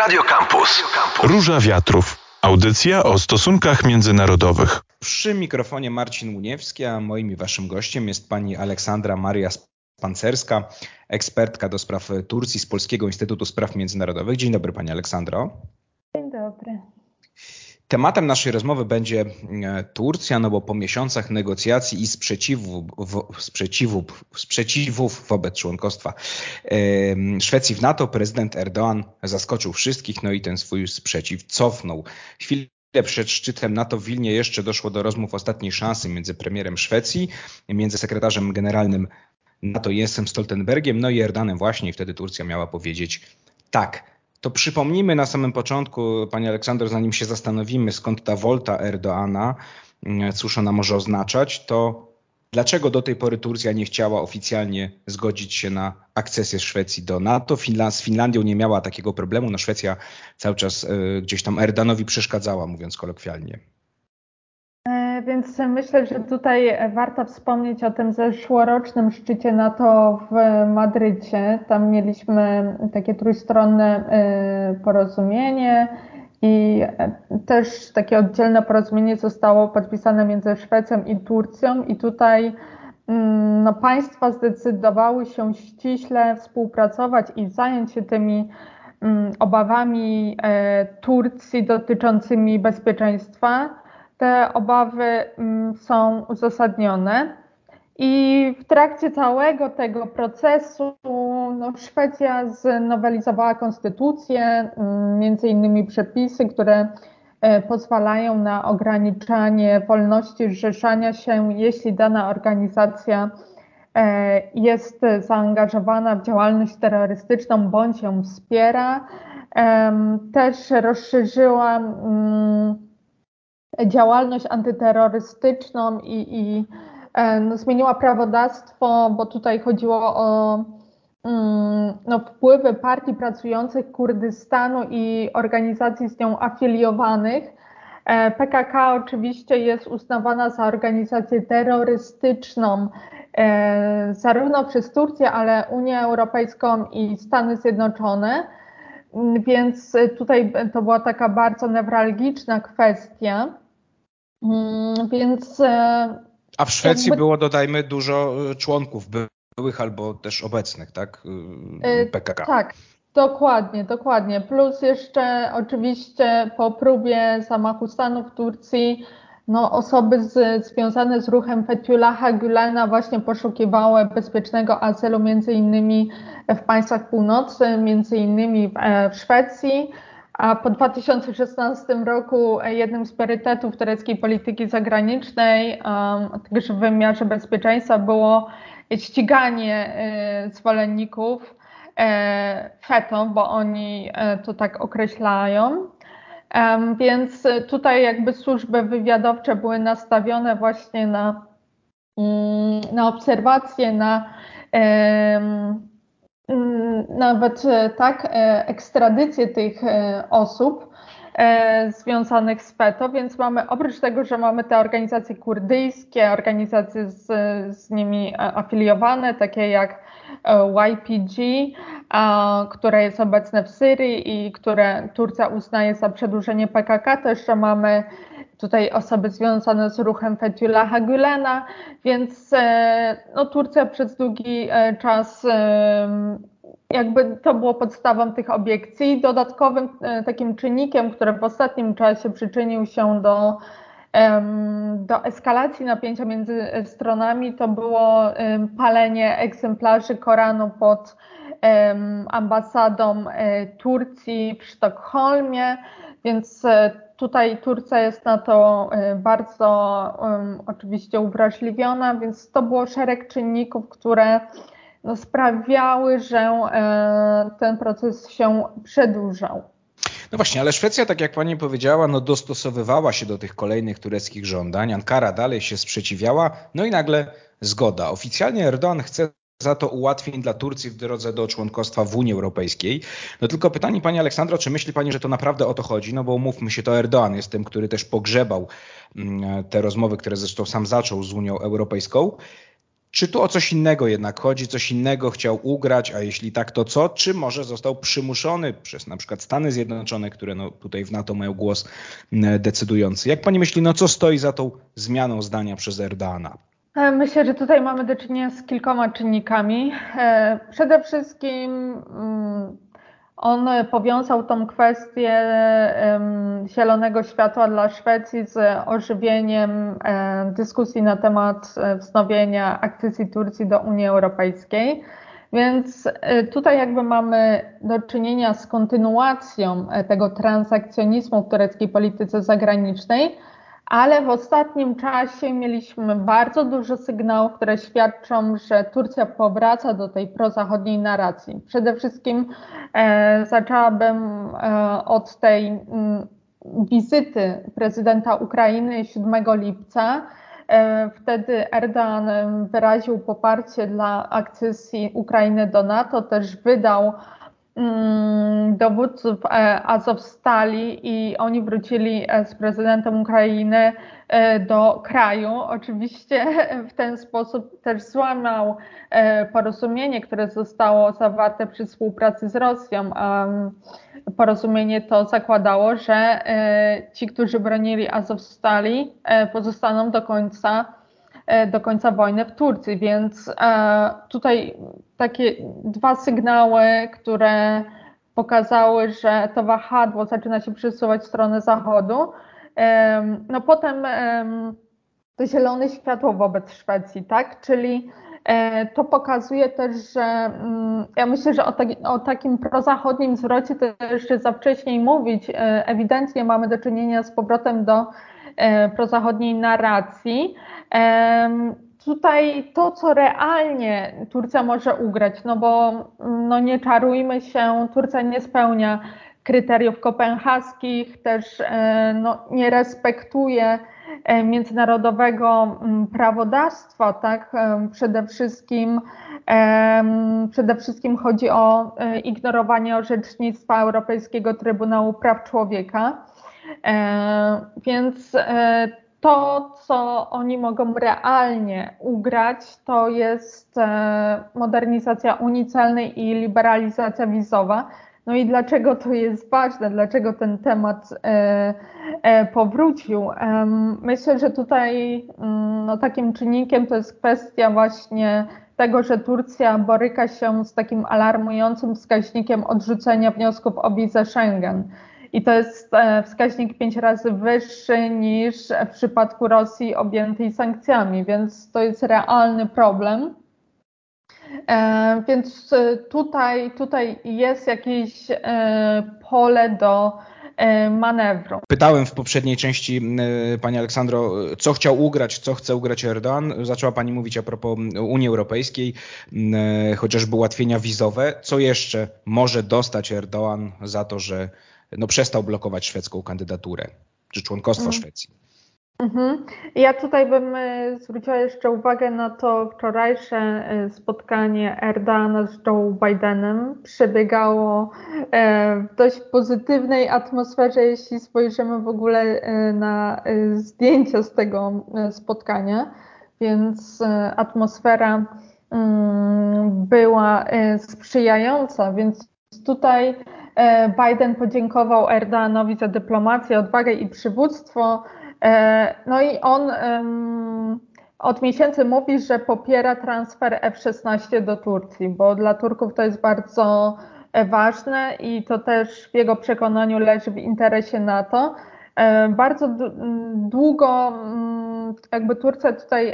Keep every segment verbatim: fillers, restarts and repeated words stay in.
Radio Campus. Róża Wiatrów. Audycja o stosunkach międzynarodowych. Przy mikrofonie Marcin Łuniewski, a moim i waszym gościem jest pani Aleksandra Maria Pancerska, ekspertka do spraw Turcji z Polskiego Instytutu Spraw Międzynarodowych. Dzień dobry pani Aleksandro. Dzień dobry. Tematem naszej rozmowy będzie Turcja, no bo po miesiącach negocjacji i sprzeciwu, w, sprzeciwów, sprzeciwów wobec członkostwa e, Szwecji w NATO, prezydent Erdoğan zaskoczył wszystkich, no i ten swój sprzeciw cofnął. Chwilę przed szczytem NATO w Wilnie jeszcze doszło do rozmów ostatniej szansy między premierem Szwecji, między sekretarzem generalnym NATO Jensem Stoltenbergiem, no i Erdoğanem właśnie, i wtedy Turcja miała powiedzieć tak. To przypomnijmy na samym początku, pani Aleksandro, zanim się zastanowimy, skąd ta wolta Erdoğana, cóż ona może oznaczać, to dlaczego do tej pory Turcja nie chciała oficjalnie zgodzić się na akcesję Szwecji do NATO? Finland, z Finlandią nie miała takiego problemu, no Szwecja cały czas y, gdzieś tam Erdoğanowi przeszkadzała, mówiąc kolokwialnie. Więc myślę, że tutaj warto wspomnieć o tym zeszłorocznym szczycie NATO w Madrycie. Tam mieliśmy takie trójstronne porozumienie i też takie oddzielne porozumienie zostało podpisane między Szwecją i Turcją i tutaj no, państwa zdecydowały się ściśle współpracować i zająć się tymi obawami Turcji dotyczącymi bezpieczeństwa. Te obawy są uzasadnione i w trakcie całego tego procesu no, Szwecja znowelizowała konstytucję, między innymi przepisy, które pozwalają na ograniczanie wolności zrzeszania się, jeśli dana organizacja jest zaangażowana w działalność terrorystyczną bądź ją wspiera. Też rozszerzyła działalność antyterrorystyczną i, i no, zmieniła prawodawstwo, bo tutaj chodziło o no, wpływy partii pracujących Kurdystanu i organizacji z nią afiliowanych. P K K oczywiście jest uznawana za organizację terrorystyczną zarówno przez Turcję, ale Unię Europejską i Stany Zjednoczone. Więc tutaj to była taka bardzo newralgiczna kwestia. Więc, A w Szwecji jakby, było, dodajmy, dużo członków byłych albo też obecnych, tak? P K K. Tak, dokładnie, dokładnie. Plus jeszcze oczywiście po próbie zamachu stanu w Turcji no, osoby z, związane z ruchem Fethullaha Gülena właśnie poszukiwały bezpiecznego azylu między innymi w państwach północy, między innymi w, w Szwecji. A po dwa tysiące szesnastym roku jednym z priorytetów tureckiej polityki zagranicznej, um, także w wymiarze bezpieczeństwa, było ściganie e, zwolenników e, FETÖ, bo oni e, to tak określają. Um, więc tutaj jakby służby wywiadowcze były nastawione właśnie na, um, na obserwacje, na um, nawet tak ekstradycję tych osób e, związanych z FETÖ, więc mamy oprócz tego, że mamy te organizacje kurdyjskie, organizacje z, z nimi afiliowane, takie jak Y P G, a, które jest obecne w Syrii i które Turcja uznaje za przedłużenie P K K, to jeszcze mamy tutaj osoby związane z ruchem Fethullaha Gülena, więc no, Turcja przez długi czas jakby to było podstawą tych obiekcji. Dodatkowym takim czynnikiem, który w ostatnim czasie przyczynił się do, do eskalacji napięcia między stronami, to było palenie egzemplarzy Koranu pod ambasadą Turcji w Sztokholmie, więc tutaj Turcja jest na to bardzo um, oczywiście uwrażliwiona, więc to było szereg czynników, które no, sprawiały, że e, ten proces się przedłużał. No właśnie, ale Szwecja, tak jak pani powiedziała, no dostosowywała się do tych kolejnych tureckich żądań. Ankara dalej się sprzeciwiała, no i nagle zgoda. Oficjalnie Erdoğan chce za to ułatwień dla Turcji w drodze do członkostwa w Unii Europejskiej. No tylko pytanie, pani Aleksandro, czy myśli pani, że to naprawdę o to chodzi? No bo umówmy się, to Erdoğan jest tym, który też pogrzebał te rozmowy, które zresztą sam zaczął z Unią Europejską. Czy tu o coś innego jednak chodzi, coś innego chciał ugrać, a jeśli tak, to co? Czy może został przymuszony przez na przykład Stany Zjednoczone, które no tutaj w NATO mają głos decydujący? Jak pani myśli, no co stoi za tą zmianą zdania przez Erdoğana? Myślę, że tutaj mamy do czynienia z kilkoma czynnikami. Przede wszystkim on powiązał tą kwestię zielonego światła dla Szwecji z ożywieniem dyskusji na temat wznowienia akcesji Turcji do Unii Europejskiej. Więc tutaj jakby mamy do czynienia z kontynuacją tego transakcjonizmu w tureckiej polityce zagranicznej, ale w ostatnim czasie mieliśmy bardzo dużo sygnałów, które świadczą, że Turcja powraca do tej prozachodniej narracji. Przede wszystkim e, zaczęłabym e, od tej m, wizyty prezydenta Ukrainy siódmego lipca. E, wtedy Erdoğan wyraził poparcie dla akcesji Ukrainy do NATO, też wydał dowódców Azowstali i oni wrócili z prezydentem Ukrainy do kraju. Oczywiście w ten sposób też złamał porozumienie, które zostało zawarte przy współpracy z Rosją. Porozumienie to zakładało, że ci, którzy bronili Azowstali, pozostaną do końca do końca wojny w Turcji, więc tutaj takie dwa sygnały, które pokazały, że to wahadło zaczyna się przesuwać w stronę zachodu. No potem to zielone światło wobec Szwecji, tak? Czyli to pokazuje też, że ja myślę, że o, taki, o takim prozachodnim zwrocie to jeszcze za wcześnie mówić. Ewidentnie mamy do czynienia z powrotem do prozachodniej narracji. Tutaj to, co realnie Turcja może ugrać, no bo no nie czarujmy się, Turcja nie spełnia kryteriów kopenhaskich, też no, nie respektuje międzynarodowego prawodawstwa, tak? Przede wszystkim, przede wszystkim chodzi o ignorowanie orzecznictwa Europejskiego Trybunału Praw Człowieka. Więc to, co oni mogą realnie ugrać, to jest modernizacja unii celnej i liberalizacja wizowa. No i dlaczego to jest ważne? Dlaczego ten temat powrócił? Myślę, że tutaj no, takim czynnikiem to jest kwestia właśnie tego, że Turcja boryka się z takim alarmującym wskaźnikiem odrzucenia wniosków o wizę Schengen. I to jest wskaźnik pięć razy wyższy niż w przypadku Rosji objętej sankcjami, więc to jest realny problem. Więc tutaj, tutaj jest jakieś pole do manewru. Pytałem w poprzedniej części Pani Aleksandro, co chciał ugrać, co chce ugrać Erdoğan. Zaczęła Pani mówić a propos Unii Europejskiej, chociażby ułatwienia wizowe. Co jeszcze może dostać Erdoğan za to, że no, przestał blokować szwedzką kandydaturę, czy członkostwo mm. Szwecji? Mhm. Ja tutaj bym zwróciła jeszcze uwagę na to wczorajsze spotkanie Erdoğana z Joe Bidenem. Przebiegało w dość pozytywnej atmosferze, jeśli spojrzymy w ogóle na zdjęcia z tego spotkania, więc atmosfera była sprzyjająca, więc tutaj Biden podziękował Erdoğanowi za dyplomację, odwagę i przywództwo. No i on um, od miesięcy mówi, że popiera transfer F szesnaście do Turcji, bo dla Turków to jest bardzo ważne i to też w jego przekonaniu leży w interesie NATO. Bardzo długo jakby Turcja tutaj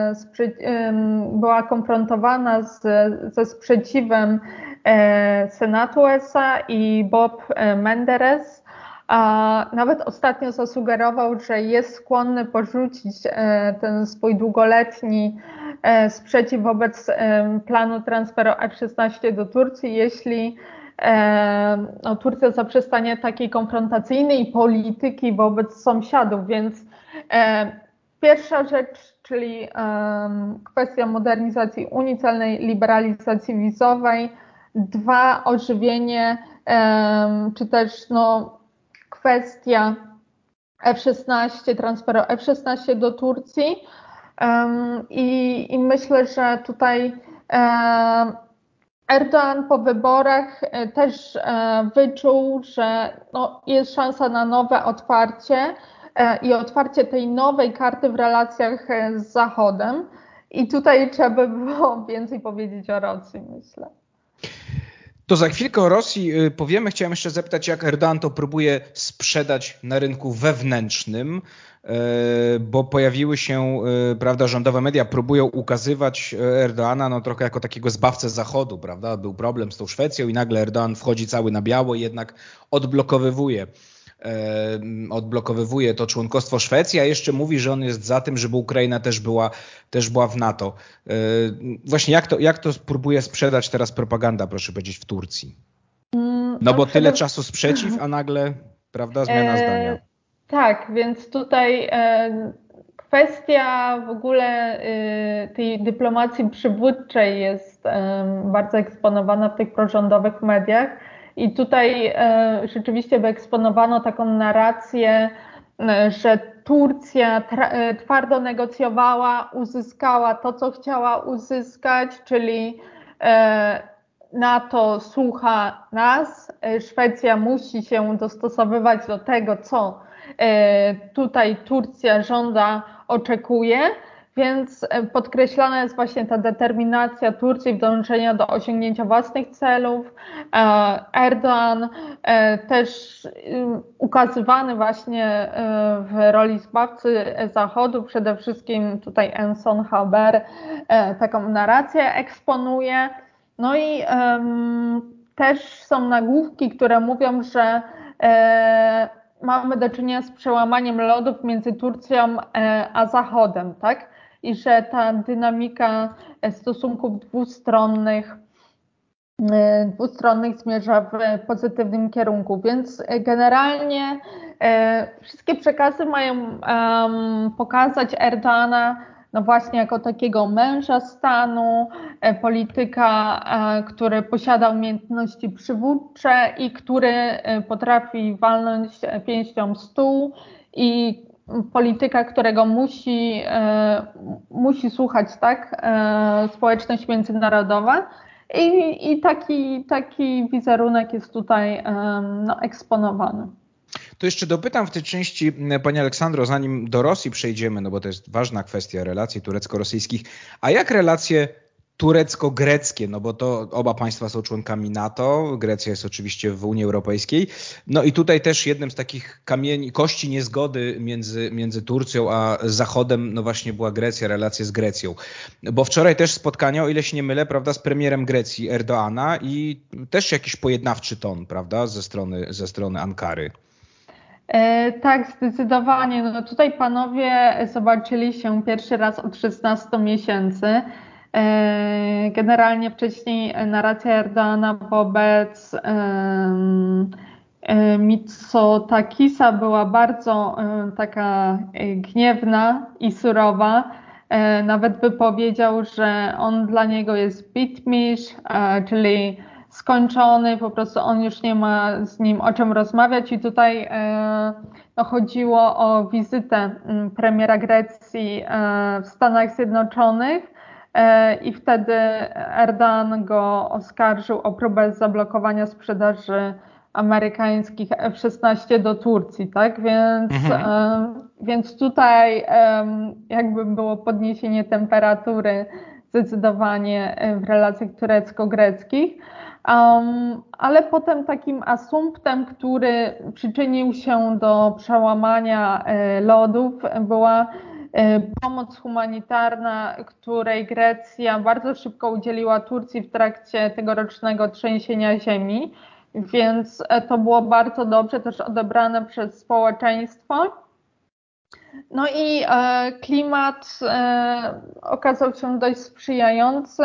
była konfrontowana z, ze sprzeciwem Senatu U S A i Bob Menendez. A nawet ostatnio zasugerował, że jest skłonny porzucić ten swój długoletni sprzeciw wobec planu transferu F szesnaście do Turcji, jeśli no, Turcja zaprzestanie takiej konfrontacyjnej polityki wobec sąsiadów. Więc pierwsza rzecz, czyli kwestia modernizacji unii celnej, liberalizacji wizowej, dwa, ożywienie, czy też no, kwestia F szesnaście, transferu F szesnaście do Turcji. I, i myślę, że tutaj Erdoğan po wyborach też wyczuł, że no, jest szansa na nowe otwarcie i otwarcie tej nowej karty w relacjach z Zachodem. I tutaj trzeba by było więcej powiedzieć o Rosji, myślę. To za chwilkę o Rosji powiemy. Chciałem jeszcze zapytać, jak Erdoğan to próbuje sprzedać na rynku wewnętrznym, bo pojawiły się, prawda, rządowe media próbują ukazywać Erdoğana no trochę jako takiego zbawcę Zachodu, prawda? Był problem z tą Szwecją i nagle Erdoğan wchodzi cały na biało i jednak odblokowywuje odblokowywuje to członkostwo Szwecji, a jeszcze mówi, że on jest za tym, żeby Ukraina też była, też była w NATO. Właśnie jak to, jak to próbuje sprzedać teraz propaganda, proszę powiedzieć, w Turcji? No bo tyle czasu sprzeciw, a nagle, prawda, zmiana zdania. E, tak, więc tutaj e, kwestia w ogóle e, tej dyplomacji przywódczej jest e, bardzo eksponowana w tych prorządowych mediach. I tutaj e, rzeczywiście wyeksponowano taką narrację, e, że Turcja tra, e, twardo negocjowała, uzyskała to, co chciała uzyskać, czyli e, NATO słucha nas, e, Szwecja musi się dostosowywać do tego, co e, tutaj Turcja żąda, oczekuje. Więc podkreślana jest właśnie ta determinacja Turcji w dążeniu do osiągnięcia własnych celów. Erdoğan też ukazywany właśnie w roli zbawcy Zachodu, przede wszystkim tutaj Enson Haber taką narrację eksponuje. No i um, też są nagłówki, które mówią, że e, mamy do czynienia z przełamaniem lodów między Turcją e, a Zachodem, tak? I że ta dynamika stosunków dwustronnych, dwustronnych zmierza w pozytywnym kierunku. Więc generalnie wszystkie przekazy mają pokazać Erdoğana no właśnie jako takiego męża stanu, polityka, który posiada umiejętności przywódcze i który potrafi walnąć pięścią w stół, i polityka, którego musi, e, musi słuchać, tak, e, społeczność międzynarodowa. I, i taki, taki wizerunek jest tutaj e, no, eksponowany. To jeszcze dopytam w tej części, Pani Aleksandro, zanim do Rosji przejdziemy, no bo to jest ważna kwestia relacji turecko-rosyjskich, a jak relacje turecko-greckie, no bo to oba państwa są członkami NATO, Grecja jest oczywiście w Unii Europejskiej, no i tutaj też jednym z takich kamieni, kości niezgody między, między Turcją a Zachodem, no właśnie była Grecja, relacje z Grecją, bo wczoraj też spotkania, o ile się nie mylę, prawda, z premierem Grecji Erdoğana i też jakiś pojednawczy ton, prawda, ze strony, ze strony Ankary. E, tak, zdecydowanie. No tutaj panowie zobaczyli się pierwszy raz od szesnastu miesięcy. E, generalnie wcześniej narracja Erdoğana wobec e, e, Mitsotakisa była bardzo e, taka gniewna i surowa. E, nawet by powiedział, że on dla niego jest bitmish, e, czyli skończony, po prostu on już nie ma z nim o czym rozmawiać. I tutaj e, no, chodziło o wizytę premiera Grecji e, w Stanach Zjednoczonych e, i wtedy Erdoğan go oskarżył o próbę zablokowania sprzedaży amerykańskich F szesnaście do Turcji, tak? Więc, mhm. e, więc tutaj e, jakby było podniesienie temperatury zdecydowanie w relacjach turecko-greckich. Um, ale potem takim asumptem, który przyczynił się do przełamania e, lodów, była e, pomoc humanitarna, której Grecja bardzo szybko udzieliła Turcji w trakcie tegorocznego trzęsienia ziemi, więc e, to było bardzo dobrze też odebrane przez społeczeństwo. No i e, klimat e, okazał się dość sprzyjający.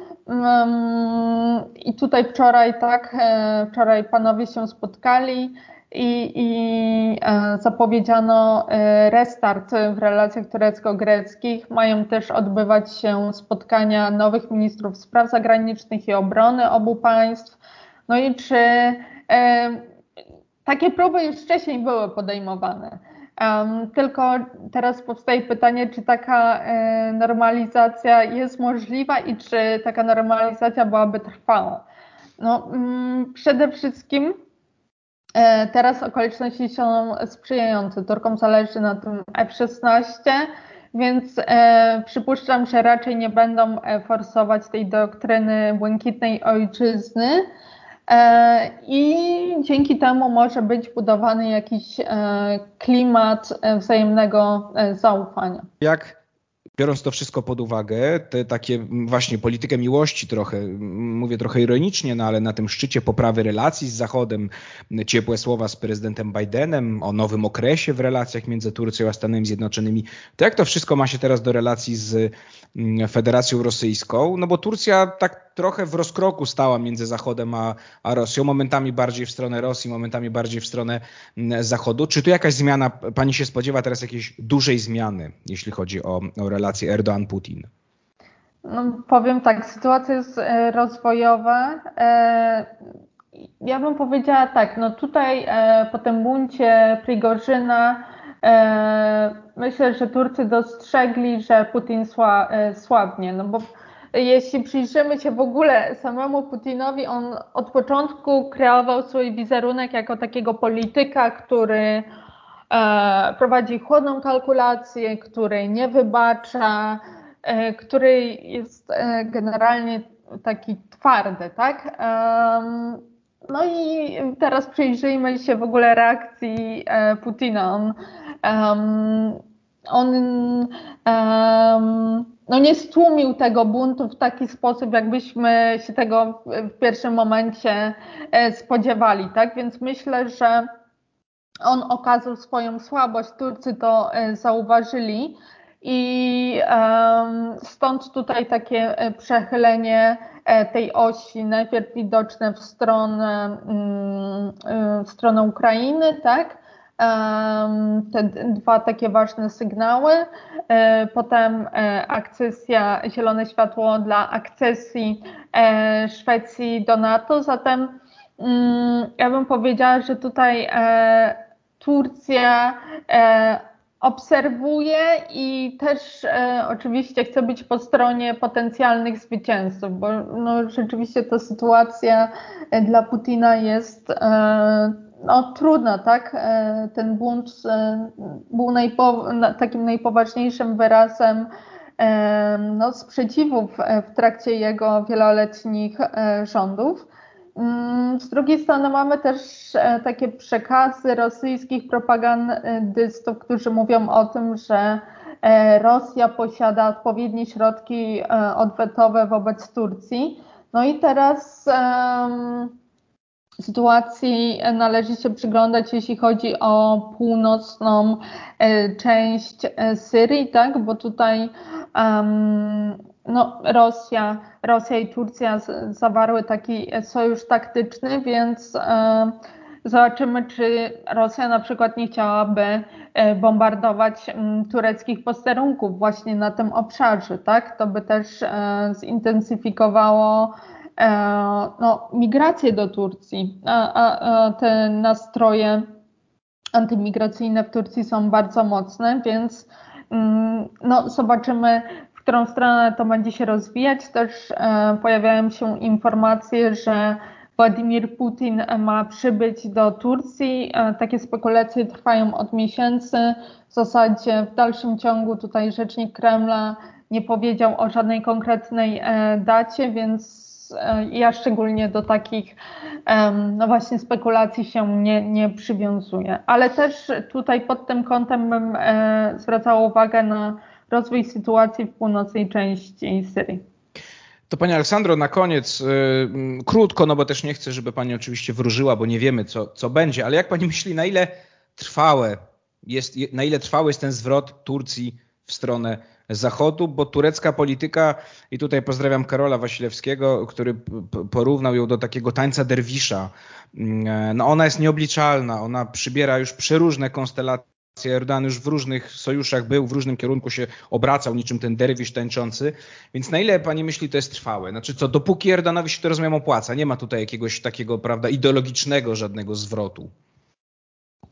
I tutaj wczoraj, tak, wczoraj panowie się spotkali i, i zapowiedziano restart w relacjach turecko-greckich. Mają też odbywać się spotkania nowych ministrów spraw zagranicznych i obrony obu państw. No i czy e, takie próby już wcześniej były podejmowane? Um, tylko teraz powstaje pytanie, czy taka e, normalizacja jest możliwa i czy taka normalizacja byłaby trwała. No, mm, przede wszystkim e, teraz okoliczności są sprzyjające. Turkom zależy na tym F szesnaście, więc e, przypuszczam, że raczej nie będą forsować tej doktryny błękitnej ojczyzny. I dzięki temu może być budowany jakiś klimat wzajemnego zaufania. Jak, biorąc to wszystko pod uwagę, te takie właśnie politykę miłości trochę, mówię trochę ironicznie, no ale na tym szczycie poprawy relacji z Zachodem, ciepłe słowa z prezydentem Bidenem o nowym okresie w relacjach między Turcją a Stanami Zjednoczonymi, to jak to wszystko ma się teraz do relacji z Federacją Rosyjską? No bo Turcja tak trochę w rozkroku stała między Zachodem a, a Rosją, momentami bardziej w stronę Rosji, momentami bardziej w stronę Zachodu. Czy tu jakaś zmiana, pani się spodziewa teraz jakiejś dużej zmiany, jeśli chodzi o, o relacje Erdoğan-Putin? No, powiem tak, sytuacja jest rozwojowa. Ja bym powiedziała tak, no tutaj po tym buncie Prigorzyna myślę, że Turcy dostrzegli, że Putin sła, słabnie, no bo jeśli przyjrzymy się w ogóle samemu Putinowi, on od początku kreował swój wizerunek jako takiego polityka, który e, prowadzi chłodną kalkulację, który nie wybacza, e, który jest e, generalnie taki twardy, tak? Um, no i teraz przyjrzyjmy się w ogóle reakcji e, Putina. On, um, on um, no nie stłumił tego buntu w taki sposób, jakbyśmy się tego w pierwszym momencie spodziewali, tak? Więc myślę, że on okazał swoją słabość, Turcy to zauważyli i um, stąd tutaj takie przechylenie tej osi, najpierw widoczne w stronę, w stronę Ukrainy, tak? Te dwa takie ważne sygnały. Potem akcesja, zielone światło dla akcesji Szwecji do NATO. Zatem ja bym powiedziała, że tutaj Turcja obserwuje i też e, oczywiście chce być po stronie potencjalnych zwycięzców, bo no, rzeczywiście ta sytuacja dla Putina jest e, no, trudna, tak? E, ten bunt e, był najpo, takim najpoważniejszym wyrazem e, no, sprzeciwów w trakcie jego wieloletnich e, rządów. Z drugiej strony mamy też takie przekazy rosyjskich propagandystów, którzy mówią o tym, że Rosja posiada odpowiednie środki odwetowe wobec Turcji. No i teraz um, sytuacji należy się przyglądać, jeśli chodzi o północną część Syrii, tak? Bo tutaj um, no, Rosja, Rosja i Turcja z, zawarły taki sojusz taktyczny, więc e, zobaczymy, czy Rosja na przykład nie chciałaby bombardować m, tureckich posterunków właśnie na tym obszarze, tak? To by też e, zintensyfikowało e, no, migrację do Turcji, a, a, a te nastroje antymigracyjne w Turcji są bardzo mocne, więc mm, no, zobaczymy, w którą stronę to będzie się rozwijać. Też e, pojawiają się informacje, że Władimir Putin ma przybyć do Turcji. E, takie spekulacje trwają od miesięcy. W zasadzie w dalszym ciągu tutaj rzecznik Kremla nie powiedział o żadnej konkretnej e, dacie, więc e, ja szczególnie do takich e, no właśnie spekulacji się nie, nie przywiązuję. Ale też tutaj pod tym kątem bym e, zwracała uwagę na rozwój sytuacji w północnej części Syrii. To pani Aleksandro, na koniec yy, krótko, no bo też nie chcę, żeby pani oczywiście wróżyła, bo nie wiemy, co, co będzie, ale jak pani myśli, na ile trwałe jest, na ile trwały jest ten zwrot Turcji w stronę Zachodu, bo turecka polityka, i tutaj pozdrawiam Karola Wasilewskiego, który p- porównał ją do takiego tańca derwisza, yy, no ona jest nieobliczalna, ona przybiera już przeróżne konstelacje. Erdoğan już w różnych sojuszach był, w różnym kierunku się obracał, niczym ten derwisz tańczący. Więc na ile pani myśli, to jest trwałe? Znaczy co, dopóki Erdoğanowi się to rozumiem opłaca, nie ma tutaj jakiegoś takiego, prawda, ideologicznego żadnego zwrotu.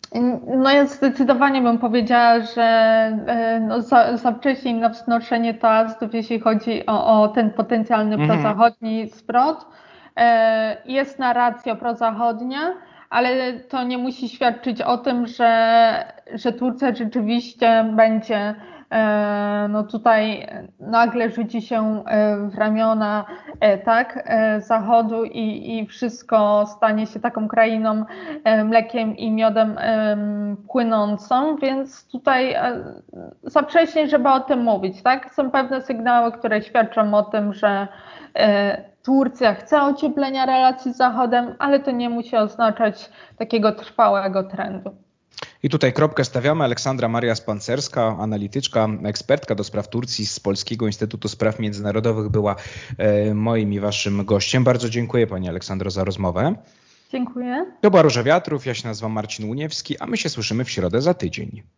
No ja zdecydowanie bym powiedziała, że no za, za wcześnie na wznoszenie toastów, jeśli chodzi o, o ten potencjalny mhm. prozachodni zwrot. Jest narracja prozachodnia, ale to nie musi świadczyć o tym, że, że Turcja rzeczywiście będzie no tutaj nagle rzuci się w ramiona tak, Zachodu i, i wszystko stanie się taką krainą mlekiem i miodem płynącą, więc tutaj za wcześnie, żeby o tym mówić. Tak? Są pewne sygnały, które świadczą o tym, że Turcja chce ocieplenia relacji z Zachodem, ale to nie musi oznaczać takiego trwałego trendu. I tutaj kropkę stawiamy. Aleksandra Maria-Spancerska, analityczka, ekspertka do spraw Turcji z Polskiego Instytutu Spraw Międzynarodowych była moim i waszym gościem. Bardzo dziękuję pani Aleksandro za rozmowę. Dziękuję. To była Róża Wiatrów, ja się nazywam Marcin Łuniewski, a my się słyszymy w środę za tydzień.